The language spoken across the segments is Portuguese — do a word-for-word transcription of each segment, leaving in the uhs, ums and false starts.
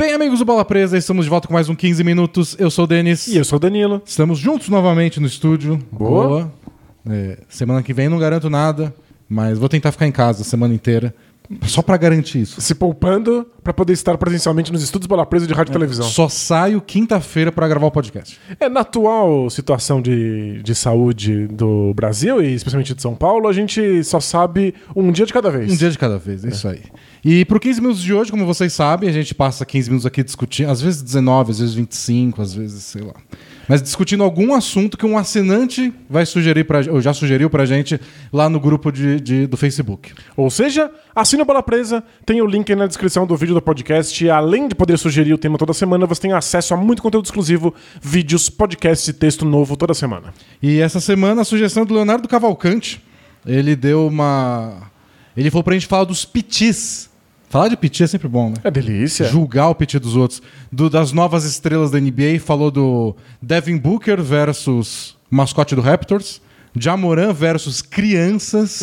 Bem, amigos do Bola Presa, estamos de volta com mais um quinze minutos. Eu sou o Denis. E eu sou o Danilo. Estamos juntos novamente no estúdio. Boa. Boa. É, semana que vem não garanto nada, mas vou tentar ficar em casa a semana inteira. Só pra garantir isso. Se poupando pra poder estar presencialmente nos estúdios Bola Presa de rádio e televisão. Só saio quinta-feira pra gravar o podcast. É, na atual situação de, de saúde do Brasil, e especialmente de São Paulo, a gente só sabe um dia de cada vez. Um dia de cada vez, é isso aí. E pro quinze minutos de hoje, como vocês sabem, a gente passa quinze minutos aqui discutindo, às vezes dezenove, às vezes vinte e cinco, às vezes, sei lá. Mas discutindo algum assunto que um assinante vai sugerir pra, ou já sugeriu pra gente lá no grupo de, de, do Facebook. Ou seja, assina o Bola Presa, tem o link aí na descrição do vídeo do podcast. E além de poder sugerir o tema toda semana, você tem acesso a muito conteúdo exclusivo, vídeos, podcasts e texto novo toda semana. E essa semana a sugestão do Leonardo Cavalcante, ele deu uma... Ele falou pra gente falar dos pitis. Falar de piti é sempre bom, né? É delícia. Julgar o piti dos outros. Do, das novas estrelas da N B A, falou do Devin Booker versus mascote do Raptors, Ja Morant versus crianças,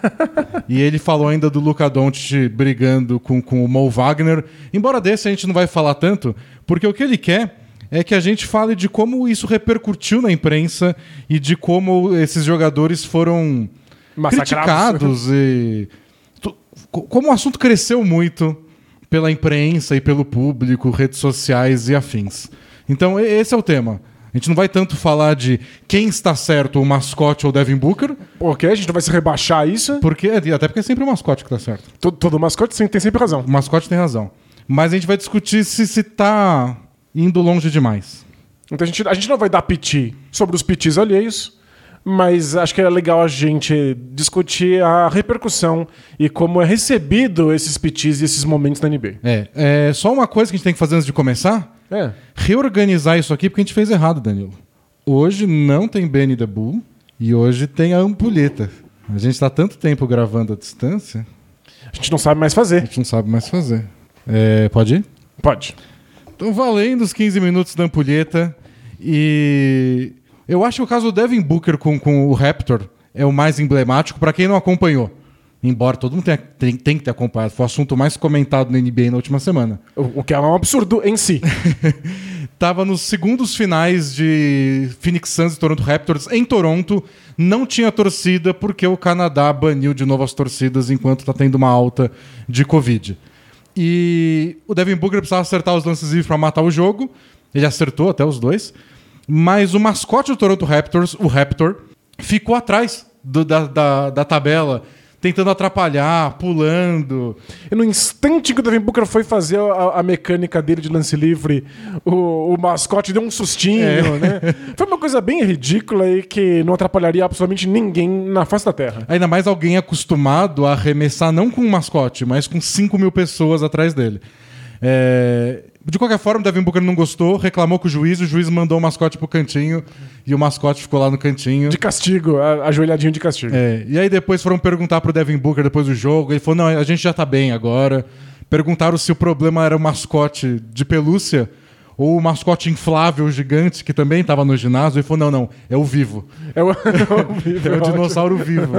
e ele falou ainda do Luka Doncic brigando com, com o Mo Wagner. Embora desse a gente não vai falar tanto, porque o que ele quer é que a gente fale de como isso repercutiu na imprensa e de como esses jogadores foram criticados e... Como o assunto cresceu muito pela imprensa e pelo público, redes sociais e afins. Então, esse é o tema. A gente não vai tanto falar de quem está certo, o mascote ou o Devin Booker. Porque a gente não vai se rebaixar isso. Porque, até porque é sempre o mascote que está certo. Todo, todo mascote tem sempre razão. O mascote tem razão. Mas a gente vai discutir se está indo longe demais. Então a gente, a gente não vai dar piti sobre os pitis alheios, mas acho que é legal a gente discutir a repercussão e como é recebido esses pitis e esses momentos na N B A. É, é só uma coisa que a gente tem que fazer antes de começar. É. Reorganizar isso aqui porque a gente fez errado, Danilo. Hoje não tem Benny the Bull e hoje tem a ampulheta. A gente está tanto tempo gravando à distância. A gente não sabe mais A fazer. gente não sabe mais fazer. É, pode ir? Pode. Então, valendo os quinze minutos da ampulheta. E eu acho que o caso do Devin Booker com, com o Raptor é o mais emblemático para quem não acompanhou. Embora todo mundo tenha, tem, tem que ter acompanhado. Foi o assunto mais comentado na N B A na última semana. O, o que é um absurdo em si. Tava nos segundos finais de Phoenix Suns e Toronto Raptors em Toronto. Não tinha torcida porque o Canadá baniu de novo as torcidas enquanto tá tendo uma alta de Covid. E o Devin Booker precisava acertar os lances livres para matar o jogo. Ele acertou até os dois. Mas o mascote do Toronto Raptors, o Raptor, ficou atrás do, da, da, da tabela, tentando atrapalhar, pulando. E no instante que o Devin Booker foi fazer a, a mecânica dele de lance livre, o, o mascote deu um sustinho, é. né? Foi uma coisa bem ridícula e que não atrapalharia absolutamente ninguém na face da Terra. Ainda mais alguém acostumado a arremessar não com um mascote, mas com cinco mil pessoas atrás dele. É... De qualquer forma, o Devin Booker não gostou, reclamou com o juiz, o juiz mandou o mascote pro cantinho e o mascote ficou lá no cantinho. De castigo, a, ajoelhadinho de castigo. É, e aí depois foram perguntar pro Devin Booker depois do jogo, ele falou, não, a gente já tá bem agora. Perguntaram se o problema era o mascote de pelúcia ou o mascote inflável gigante que também tava no ginásio. Ele falou, não, não, é o vivo. É o, é o, vivo, é o dinossauro vivo.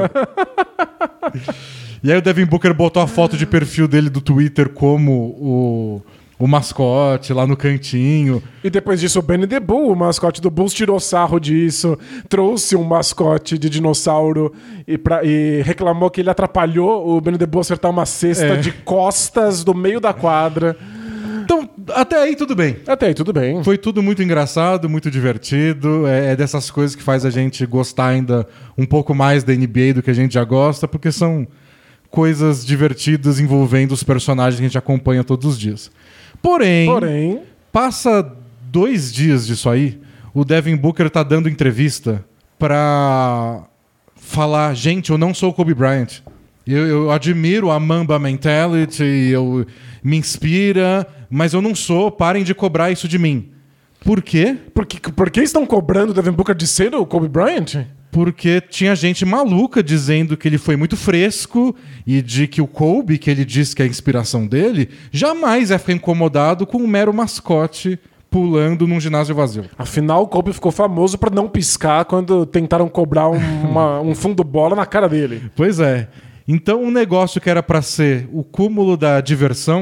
E aí o Devin Booker botou a foto de perfil dele do Twitter como o... o mascote lá no cantinho. E depois disso, o Benny the Bull, o mascote do Bulls, tirou sarro disso, trouxe um mascote de dinossauro e, pra, e reclamou que ele atrapalhou o Benny the Bull acertar uma cesta é. de costas do meio da quadra. Então, até aí tudo bem. Até aí tudo bem. Foi tudo muito engraçado, muito divertido. É, é dessas coisas que faz a gente gostar ainda um pouco mais da N B A do que a gente já gosta, porque são coisas divertidas envolvendo os personagens que a gente acompanha todos os dias. Porém, Porém, passa dois dias disso aí, o Devin Booker tá dando entrevista pra falar, gente, eu não sou o Kobe Bryant. Eu, eu admiro a Mamba Mentality, eu, me inspira, mas eu não sou, parem de cobrar isso de mim. Por quê? Por que, por que estão cobrando o Devin Booker de ser o Kobe Bryant? Porque tinha gente maluca dizendo que ele foi muito fresco e de que o Kobe, que ele diz que é a inspiração dele, jamais ia ficar incomodado com um mero mascote pulando num ginásio vazio. Afinal, o Kobe ficou famoso por não piscar quando tentaram cobrar um, uma, um fundo bola na cara dele. Pois é. Então, um negócio que era para ser o cúmulo da diversão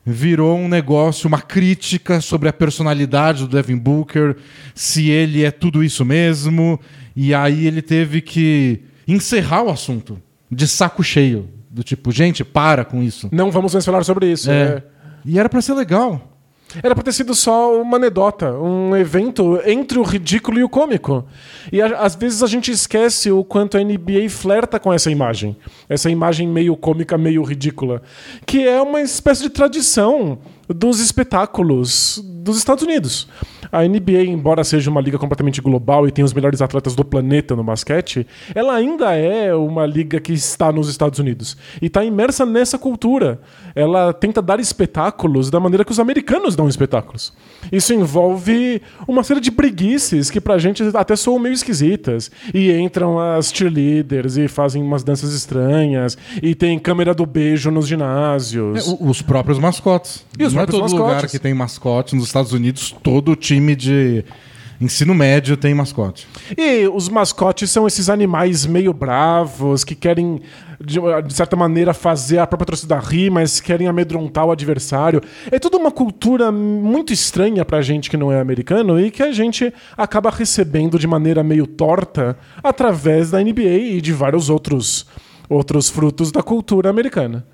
virou um negócio, uma crítica sobre a personalidade do Devin Booker, se ele é tudo isso mesmo, e aí ele teve que encerrar o assunto de saco cheio, do tipo, gente, para com isso. Não vamos mais falar sobre isso. É. É. E era pra ser legal. Era pra ter sido só uma anedota, um evento entre o ridículo e o cômico. E a, às vezes a gente esquece o quanto a N B A flerta com essa imagem. Essa imagem meio cômica, meio ridícula. Que é uma espécie de tradição dos espetáculos dos Estados Unidos. A N B A, embora seja uma liga completamente global e tenha os melhores atletas do planeta no basquete, ela ainda é uma liga que está nos Estados Unidos. E está imersa nessa cultura. Ela tenta dar espetáculos da maneira que os americanos dão espetáculos. Isso envolve uma série de preguices que pra gente até soam meio esquisitas. E entram as cheerleaders e fazem umas danças estranhas. E tem câmera do beijo nos ginásios. É, o- os próprios mascotes. E os Não é próprios todo lugar mascotes. que tem mascote. Nos Estados Unidos, todo time de ensino médio tem mascote. E os mascotes são esses animais meio bravos que querem, de, de certa maneira, fazer a própria torcida rir, mas querem amedrontar o adversário. É toda uma cultura muito estranha pra gente que não é americano e que a gente acaba recebendo de maneira meio torta através da N B A e de vários outros, outros frutos da cultura americana.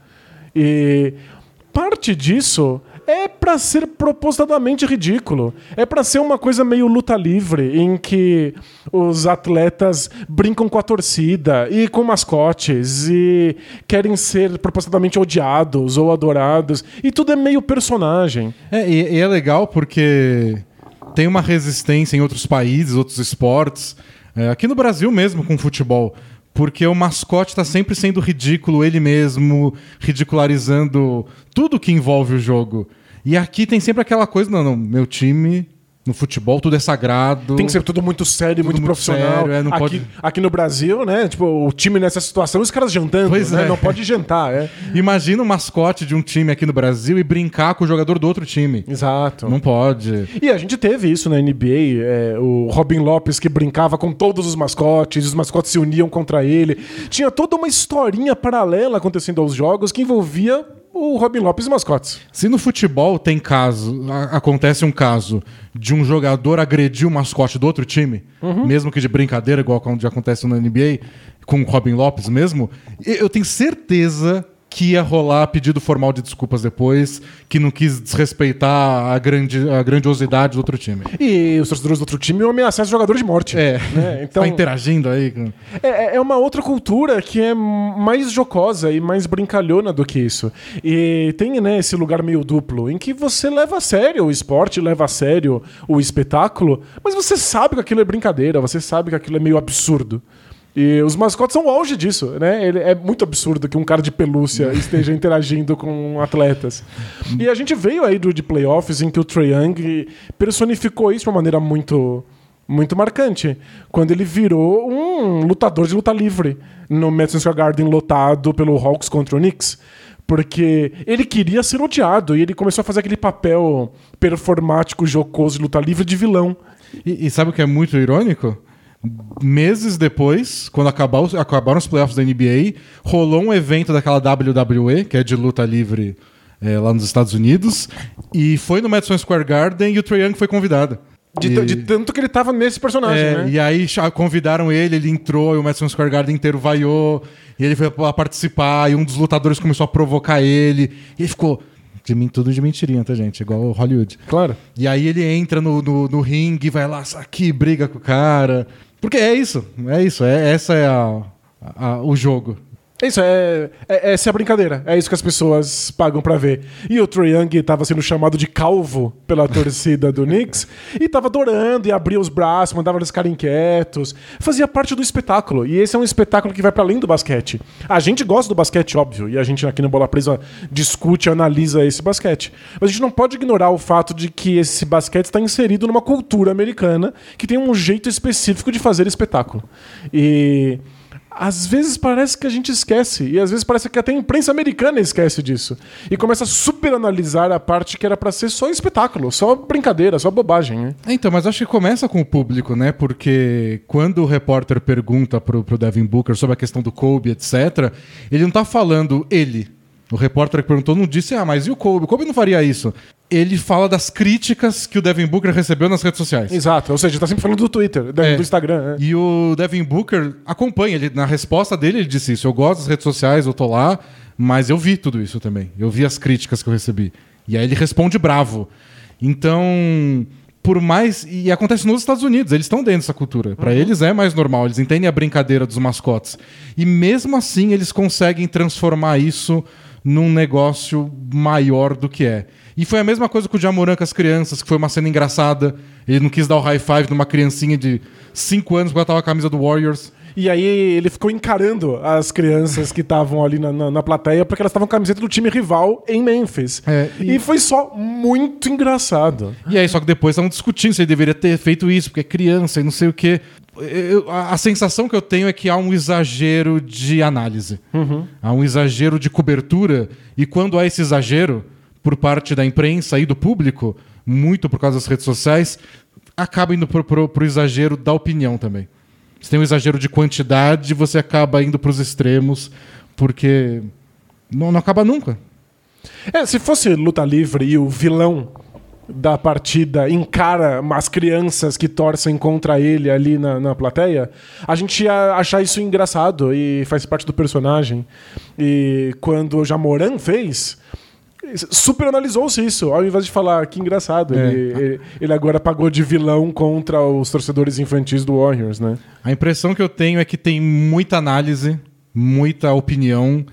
E parte disso é pra ser propositadamente ridículo. É pra ser uma coisa meio luta livre, em que os atletas brincam com a torcida e com mascotes e querem ser propositadamente odiados ou adorados. E tudo é meio personagem. É, e, e é legal porque tem uma resistência em outros países, outros esportes. É, aqui no Brasil mesmo, com futebol. Porque o mascote está sempre sendo ridículo, ele mesmo, ridicularizando tudo que envolve o jogo. E aqui tem sempre aquela coisa, não, não, meu time, no futebol, tudo é sagrado. Tem que ser tudo muito sério, Tudo muito, muito profissional. sério, é, não aqui, pode- aqui no Brasil, né? Tipo, o time nessa situação, os caras jantando, Pois né? é. Não pode jantar, é. Imagina um mascote de um time aqui no Brasil e brincar com o jogador do outro time. Exato. Não pode. E a gente teve isso na N B A, é, o Robin Lopes que brincava com todos os mascotes, os mascotes se uniam contra ele. Tinha toda uma historinha paralela acontecendo aos jogos que envolvia o Robin Lopes e mascotes. Se no futebol tem caso, a- acontece um caso de um jogador agredir o mascote do outro time, mesmo que de brincadeira, igual quando já acontece na N B A, com o Robin Lopes mesmo, e- eu tenho certeza que ia rolar pedido formal de desculpas depois, que não quis desrespeitar a, grande, a grandiosidade do outro time. E os torcedores do outro time iam ameaçar os jogadores de morte. É, Né? Então, tá interagindo aí com... É, é uma outra cultura que é mais jocosa e mais brincalhona do que isso. E tem, né, esse lugar meio duplo, em que você leva a sério o esporte, leva a sério o espetáculo, mas você sabe que aquilo é brincadeira, você sabe que aquilo é meio absurdo. E os mascotes são o auge disso, né? Ele, é muito absurdo que um cara de pelúcia esteja interagindo com atletas. E a gente veio aí do, de playoffs em que o Trae Young personificou isso de uma maneira muito... muito marcante, quando ele virou um lutador de luta livre no Madison Square Garden lotado pelo Hawks contra o Knicks, porque ele queria ser odiado e ele começou a fazer aquele papel performático, jocoso de luta livre de vilão. E, e sabe o que é muito irônico? Meses depois, quando acabou, acabaram os playoffs da N B A, rolou um evento daquela W W E, que é de luta livre é, lá nos Estados Unidos, e foi no Madison Square Garden e o Trae Young foi convidado. De, E- t- de tanto que ele tava nesse personagem, É, né? E aí cha- convidaram ele, ele entrou e o Madison Square Garden inteiro vaiou, e ele foi lá participar, e um dos lutadores começou a provocar ele, e ele ficou... De mim, tudo de mentirinha, tá, gente? Igual o Hollywood. Claro. E aí ele entra no, no, no ringue, vai lá, aqui, briga com o cara. Porque é isso, é isso, é, essa é a, a- o jogo. É isso, é, é, essa é a brincadeira. É isso que as pessoas pagam pra ver. E o Trae Young tava sendo chamado de calvo pela torcida do Knicks e tava adorando e abria os braços, mandava eles ficarem quietos. Fazia parte do espetáculo. E esse é um espetáculo que vai pra além do basquete. A gente gosta do basquete, óbvio, e a gente aqui no Bola Presa discute e analisa esse basquete. Mas a gente não pode ignorar o fato de que esse basquete está inserido numa cultura americana que tem um jeito específico de fazer espetáculo. E... às vezes parece que a gente esquece, e às vezes parece que até a imprensa americana esquece disso. E começa a superanalisar a parte que era pra ser só espetáculo, só brincadeira, só bobagem. Né? Então, mas acho que começa com o público, né? Porque quando o repórter pergunta pro, pro Devin Booker sobre a questão do Kobe, etcétera, ele não tá falando ele. O repórter que perguntou não disse, ah, mas e o Kobe? O Kobe não faria isso. Ele fala das críticas que o Devin Booker recebeu nas redes sociais. Exato, ou seja, ele tá sempre falando do Twitter, do, É. do Instagram. É. E o Devin Booker acompanha, ele, na resposta dele ele disse isso, eu gosto das redes sociais, eu tô lá, mas eu vi tudo isso também. Eu vi as críticas que eu recebi. E aí ele responde bravo. Então, por mais... E acontece nos Estados Unidos, eles estão dentro dessa cultura. Para uhum. eles é mais normal, eles entendem a brincadeira dos mascotes. E mesmo assim eles conseguem transformar isso num negócio maior do que é. E foi a mesma coisa com o Ja Morant com as crianças, que foi uma cena engraçada. Ele não quis dar o high five numa criancinha de cinco anos porque ela tava com a camisa do Warriors. E aí ele ficou encarando as crianças que estavam ali na, na, na plateia porque elas estavam com a camiseta do time rival em Memphis. É, e... e foi só muito engraçado. E aí, só que depois estavam discutindo se ele deveria ter feito isso, porque é criança e não sei o quê. Eu, a, a sensação que eu tenho é que há um exagero de análise. Uhum. Há um exagero de cobertura. E quando há esse exagero por parte da imprensa e do público, muito por causa das redes sociais, acaba indo pro, pro, pro exagero da opinião também. Você tem um exagero de quantidade, você acaba indo para os extremos, porque não, não acaba nunca. É, se fosse luta livre e o vilão da partida encara umas crianças que torcem contra ele ali na, na plateia, a gente ia achar isso engraçado e faz parte do personagem. E quando o Ja Morant fez... super analisou-se isso, ao invés de falar que engraçado. É. Ele, ele, ele agora pagou de vilão contra os torcedores infantis do Warriors, né? A impressão que eu tenho é que tem muita análise, muita opinião,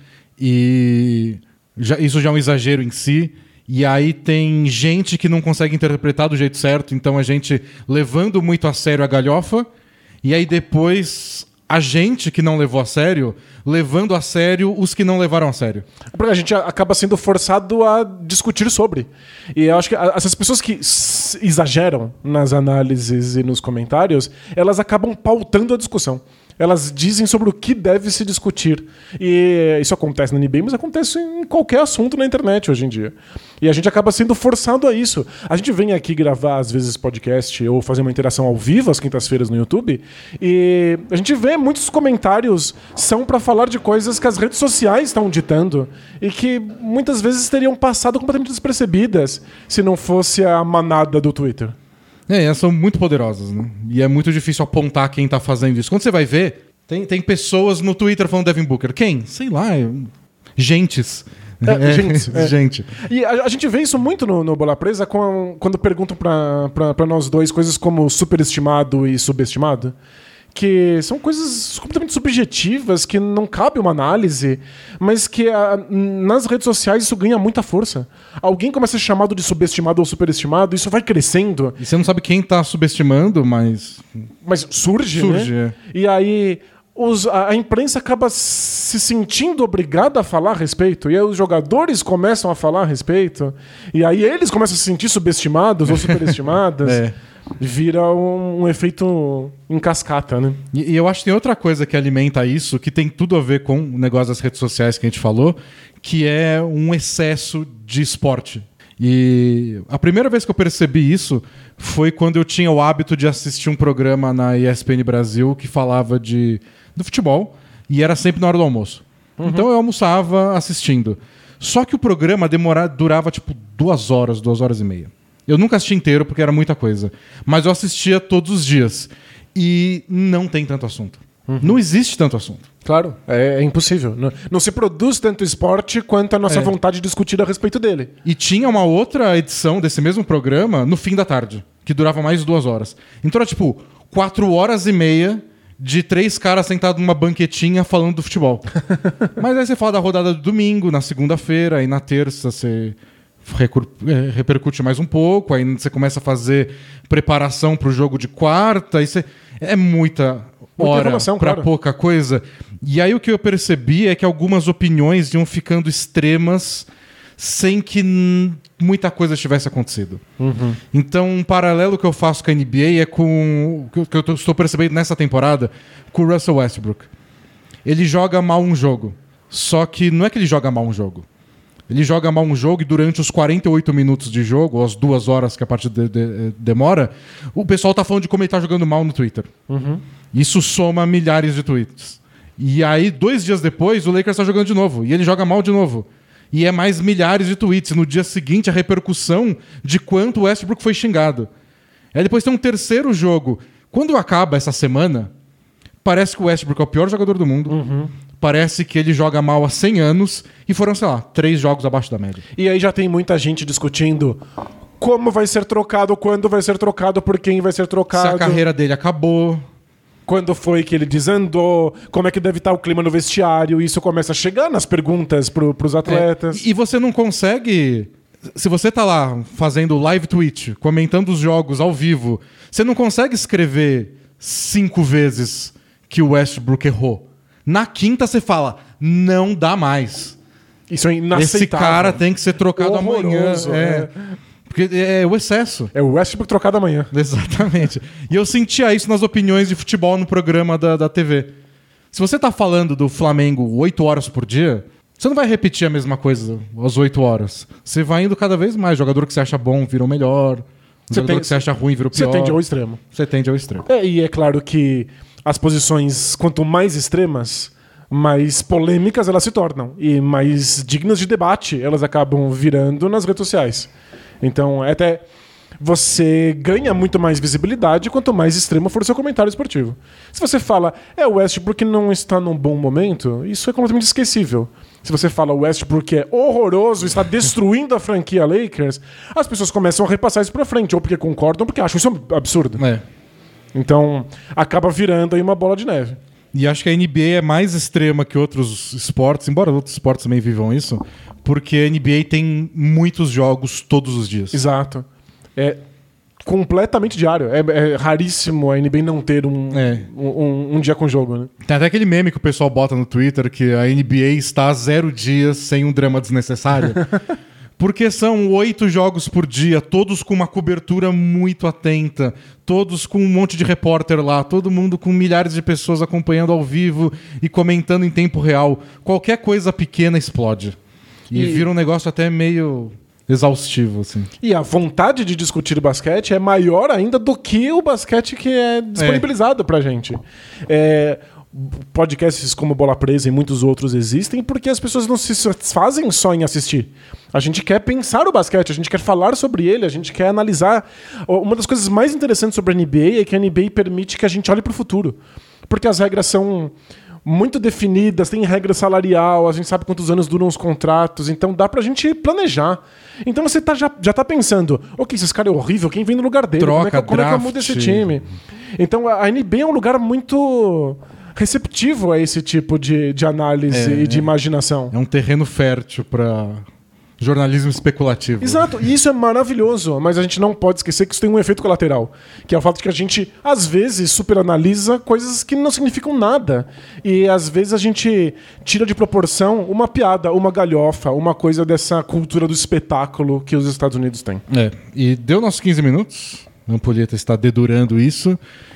e já, isso já é um exagero em si. E aí tem gente que não consegue interpretar do jeito certo, então a gente levando muito a sério a galhofa, e aí depois a gente que não levou a sério, levando a sério os que não levaram a sério. Porque a gente acaba sendo forçado a discutir sobre. E eu acho que essas pessoas que exageram nas análises e nos comentários, elas acabam pautando a discussão. Elas dizem sobre o que deve se discutir. E isso acontece na N B A, mas acontece em qualquer assunto na internet hoje em dia. E a gente acaba sendo forçado a isso. A gente vem aqui gravar, às vezes, podcast ou fazer uma interação ao vivo às quintas-feiras no YouTube, e a gente vê muitos comentários são para falar de coisas que as redes sociais estão ditando e que muitas vezes teriam passado completamente despercebidas se não fosse a manada do Twitter. É, elas são muito poderosas, né? E é muito difícil apontar quem tá fazendo isso. Quando você vai ver, tem, tem pessoas no Twitter falando Devin Booker. Quem? Sei lá, gentes. É, é, gente, é. gente. E a, a gente vê isso muito no, no Bola Presa com, quando perguntam pra, pra, pra nós dois coisas como superestimado e subestimado. Que são coisas completamente subjetivas, que não cabe uma análise, mas que a, nas redes sociais isso ganha muita força. Alguém começa a ser chamado de subestimado ou superestimado, isso vai crescendo. E você não sabe quem tá subestimando, mas... Mas surge, surge né? É. E aí os, a, a imprensa acaba se sentindo obrigada a falar a respeito, e aí os jogadores começam a falar a respeito, e aí eles começam a se sentir subestimados ou superestimados. É. Vira um, um efeito em cascata, né? E, e eu acho que tem outra coisa que alimenta isso, que tem tudo a ver com o negócio das redes sociais que a gente falou, que é um excesso de esporte. E a primeira vez que eu percebi isso foi quando eu tinha o hábito de assistir um programa na E S P N Brasil que falava de, do futebol, e era sempre na hora do almoço. Uhum. Então eu almoçava assistindo. Só que o programa demorava, durava tipo duas horas, duas horas e meia. Eu nunca assisti inteiro porque era muita coisa. Mas eu assistia todos os dias. E não tem tanto assunto. Uhum. Não existe tanto assunto. Claro, é, é impossível. Não, não se produz tanto esporte quanto a nossa é. vontade de discutir a respeito dele. E tinha uma outra edição desse mesmo programa no fim da tarde, que durava mais de duas horas. Então era tipo quatro horas e meia de três caras sentados numa banquetinha falando do futebol. Mas aí você fala da rodada do domingo, na segunda-feira, aí na terça você... repercute mais um pouco, aí você começa a fazer preparação para o jogo de quarta, isso é, é muita hora para claro. pouca coisa. E aí o que eu percebi é que algumas opiniões iam ficando extremas sem que n- muita coisa tivesse acontecido. Uhum. Então um paralelo que eu faço com a N B A é com o que eu estou percebendo nessa temporada com o Russell Westbrook. Ele joga mal um jogo, só que não é que ele joga mal um jogo. Ele joga mal um jogo e durante os quarenta e oito minutos de jogo, ou as duas horas que a partida de, de, demora, o pessoal tá falando de como ele tá jogando mal no Twitter. Uhum. Isso soma milhares de tweets. E aí, dois dias depois, o Lakers tá jogando de novo. E ele joga mal de novo. E é mais milhares de tweets. No dia seguinte, a repercussão de quanto o Westbrook foi xingado. Aí depois tem um terceiro jogo. Quando acaba essa semana, parece que o Westbrook é o pior jogador do mundo. Uhum. Parece que ele joga mal há cem anos. E foram, sei lá, três jogos abaixo da média. E aí já tem muita gente discutindo como vai ser trocado, quando vai ser trocado, por quem vai ser trocado. Se a carreira dele acabou. Quando foi que ele desandou, como é que deve estar o clima no vestiário. Isso começa a chegar nas perguntas pro, pros atletas. É, e você não consegue... Se você tá lá fazendo live tweet, comentando os jogos ao vivo, você não consegue escrever cinco vezes que o Westbrook errou. Na quinta você fala, não dá mais. Isso é inaceitável. Esse cara tem que ser trocado Horroroso, amanhã. É. é. Porque é o excesso. É o Westbrook trocado amanhã. Exatamente. E eu sentia isso nas opiniões de futebol no programa da, da T V. Se você tá falando do Flamengo oito horas por dia, você não vai repetir a mesma coisa às oito horas. Você vai indo cada vez mais. Jogador que você acha bom vira o melhor. Jogador tem, que você acha ruim vira o pior. Você tende ao extremo. Você tende ao extremo. É, e é claro que as posições, quanto mais extremas, mais polêmicas elas se tornam. E mais dignas de debate elas acabam virando nas redes sociais. Então, até você ganha muito mais visibilidade quanto mais extremo for o seu comentário esportivo. Se você fala, é, o Westbrook não está num bom momento, isso é completamente esquecível. Se você fala, o Westbrook é horroroso, está destruindo a franquia Lakers, as pessoas começam a repassar isso pra frente, ou porque concordam, ou porque acham isso absurdo. É. Então, acaba virando aí uma bola de neve. E acho que a N B A é mais extrema que outros esportes, embora outros esportes também vivam isso, porque a N B A tem muitos jogos todos os dias. Exato. É completamente diário. É, é raríssimo a N B A não ter um, é. um, um, um dia com jogo, né? Tem até aquele meme que o pessoal bota no Twitter que a N B A está a zero dias sem um drama desnecessário. Porque são oito jogos por dia, todos com uma cobertura muito atenta, todos com um monte de repórter lá, todo mundo com milhares de pessoas acompanhando ao vivo e comentando em tempo real. Qualquer coisa pequena explode. E, e... vira um negócio até meio exaustivo, assim. E a vontade de discutir basquete é maior ainda do que o basquete que é disponibilizado é. pra gente. É... Podcasts como Bola Presa e muitos outros existem porque as pessoas não se satisfazem só em assistir. A gente quer pensar o basquete, a gente quer falar sobre ele, a gente quer analisar. Uma das coisas mais interessantes sobre a N B A é que a N B A permite que a gente olhe para o futuro. Porque as regras são muito definidas, tem regra salarial, a gente sabe quantos anos duram os contratos, então dá pra gente planejar. Então você tá, já, já tá pensando, ok, esse cara é horrível, quem vem no lugar dele? Troca, como é que, como é que eu mudo esse time? Então a N B A é um lugar muito receptivo a esse tipo de, de análise é, e de é, imaginação. É um terreno fértil para jornalismo especulativo. Exato, e isso é maravilhoso, mas a gente não pode esquecer que isso tem um efeito colateral, que é o fato de que a gente, às vezes, superanalisa coisas que não significam nada. E, às vezes, a gente tira de proporção uma piada, uma galhofa, uma coisa dessa cultura do espetáculo que os Estados Unidos têm. É, e deu nossos quinze minutos, a Ampulheta está dedurando isso,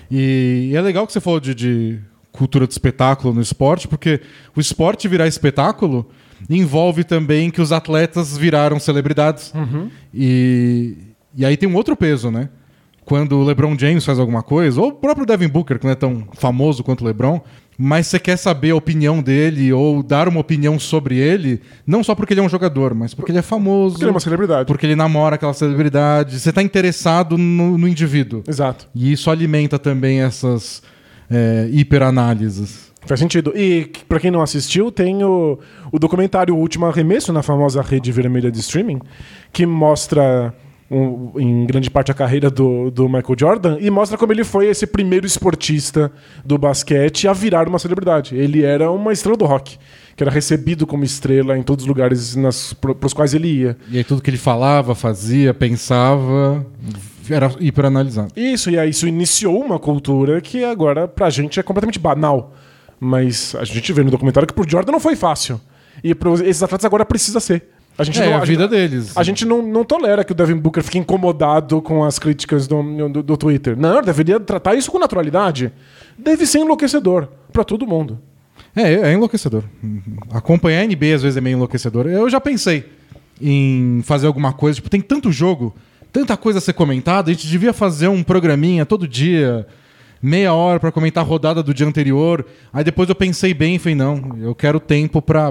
e é legal que você falou de... de cultura do espetáculo no esporte, porque o esporte virar espetáculo envolve também que os atletas viraram celebridades. Uhum. E, e aí tem um outro peso, né? Quando o LeBron James faz alguma coisa, ou o próprio Devin Booker, que não é tão famoso quanto o LeBron, mas você quer saber a opinião dele ou dar uma opinião sobre ele, não só porque ele é um jogador, mas porque ele é famoso. Porque ele é uma celebridade. Porque ele namora aquela celebridade. Você está interessado no, no indivíduo. Exato. E isso alimenta também essas... É, hiperanálises. Faz sentido. E, pra quem não assistiu, tem o, o documentário O Último Arremesso, na famosa rede vermelha de streaming, que mostra, um, em grande parte, a carreira do, do Michael Jordan e mostra como ele foi esse primeiro esportista do basquete a virar uma celebridade. Ele era uma estrela do rock, que era recebido como estrela em todos os lugares nas, pro, pros quais ele ia. E aí tudo que ele falava, fazia, pensava... era hiperanalisado. Isso, e aí isso iniciou uma cultura que agora pra gente é completamente banal. Mas a gente vê no documentário que pro Jordan não foi fácil. E para esses atletas agora precisa ser. A gente é, não, a, a vida gente, deles. A gente não, não tolera que o Devin Booker fique incomodado com as críticas do, do, do Twitter. Não, deveria tratar isso com naturalidade. Deve ser enlouquecedor pra todo mundo. É, é enlouquecedor. Acompanhar a N B A às vezes é meio enlouquecedor. Eu já pensei em fazer alguma coisa. Tipo, tem tanto jogo... tanta coisa a ser comentada, a gente devia fazer um programinha todo dia, meia hora pra comentar a rodada do dia anterior. Aí depois eu pensei bem e falei, não, eu quero tempo pra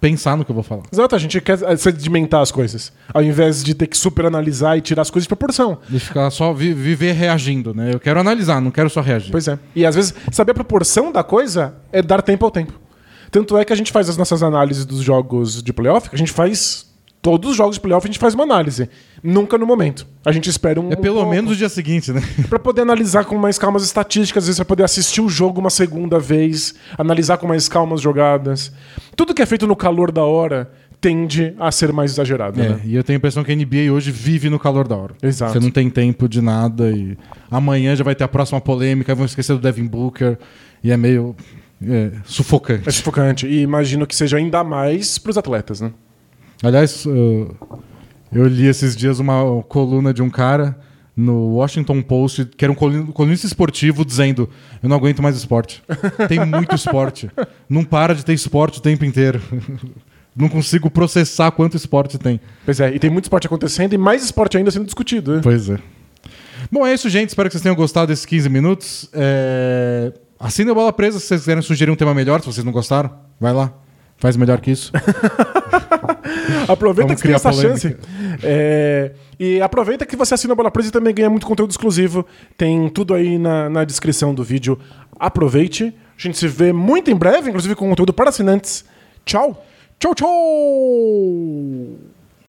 pensar no que eu vou falar. Exato, a gente quer sedimentar as coisas, ao invés de ter que super analisar e tirar as coisas de proporção. De ficar só vi- viver reagindo, né? Eu quero analisar, não quero só reagir. Pois é. E às vezes, saber a proporção da coisa é dar tempo ao tempo. Tanto é que a gente faz as nossas análises dos jogos de playoff, a gente faz... Todos os jogos de playoff a gente faz uma análise. Nunca no momento. A gente espera um É pelo um pouco menos o dia seguinte, né? pra poder analisar com mais calma as estatísticas, às vezes pra poder assistir o jogo uma segunda vez, analisar com mais calma as jogadas. Tudo que é feito no calor da hora tende a ser mais exagerado, É, né? e eu tenho a impressão que a N B A hoje vive no calor da hora. Exato. Você não tem tempo de nada e amanhã já vai ter a próxima polêmica, vão esquecer do Devin Booker e é meio é, sufocante. É sufocante. E imagino que seja ainda mais pros atletas, né? Aliás, eu, eu li esses dias uma coluna de um cara no Washington Post, que era um colun- colunista esportivo, dizendo: eu não aguento mais esporte. Tem muito esporte. Não para de ter esporte o tempo inteiro. Não consigo processar quanto esporte tem. Pois é, e tem muito esporte acontecendo e mais esporte ainda sendo discutido, né? Pois é. Bom, é isso, gente. Espero que vocês tenham gostado desses quinze minutos. É... Assinem a Bola Presa se vocês quiserem sugerir um tema melhor, se vocês não gostaram. Vai lá. Faz melhor que isso. Aproveita Vamos que tem criar essa polêmica. chance. É, e aproveita que você assina a Bola Presa e também ganha muito conteúdo exclusivo. Tem tudo aí na, na descrição do vídeo. Aproveite. A gente se vê muito em breve, inclusive com conteúdo para assinantes. Tchau. Tchau, tchau!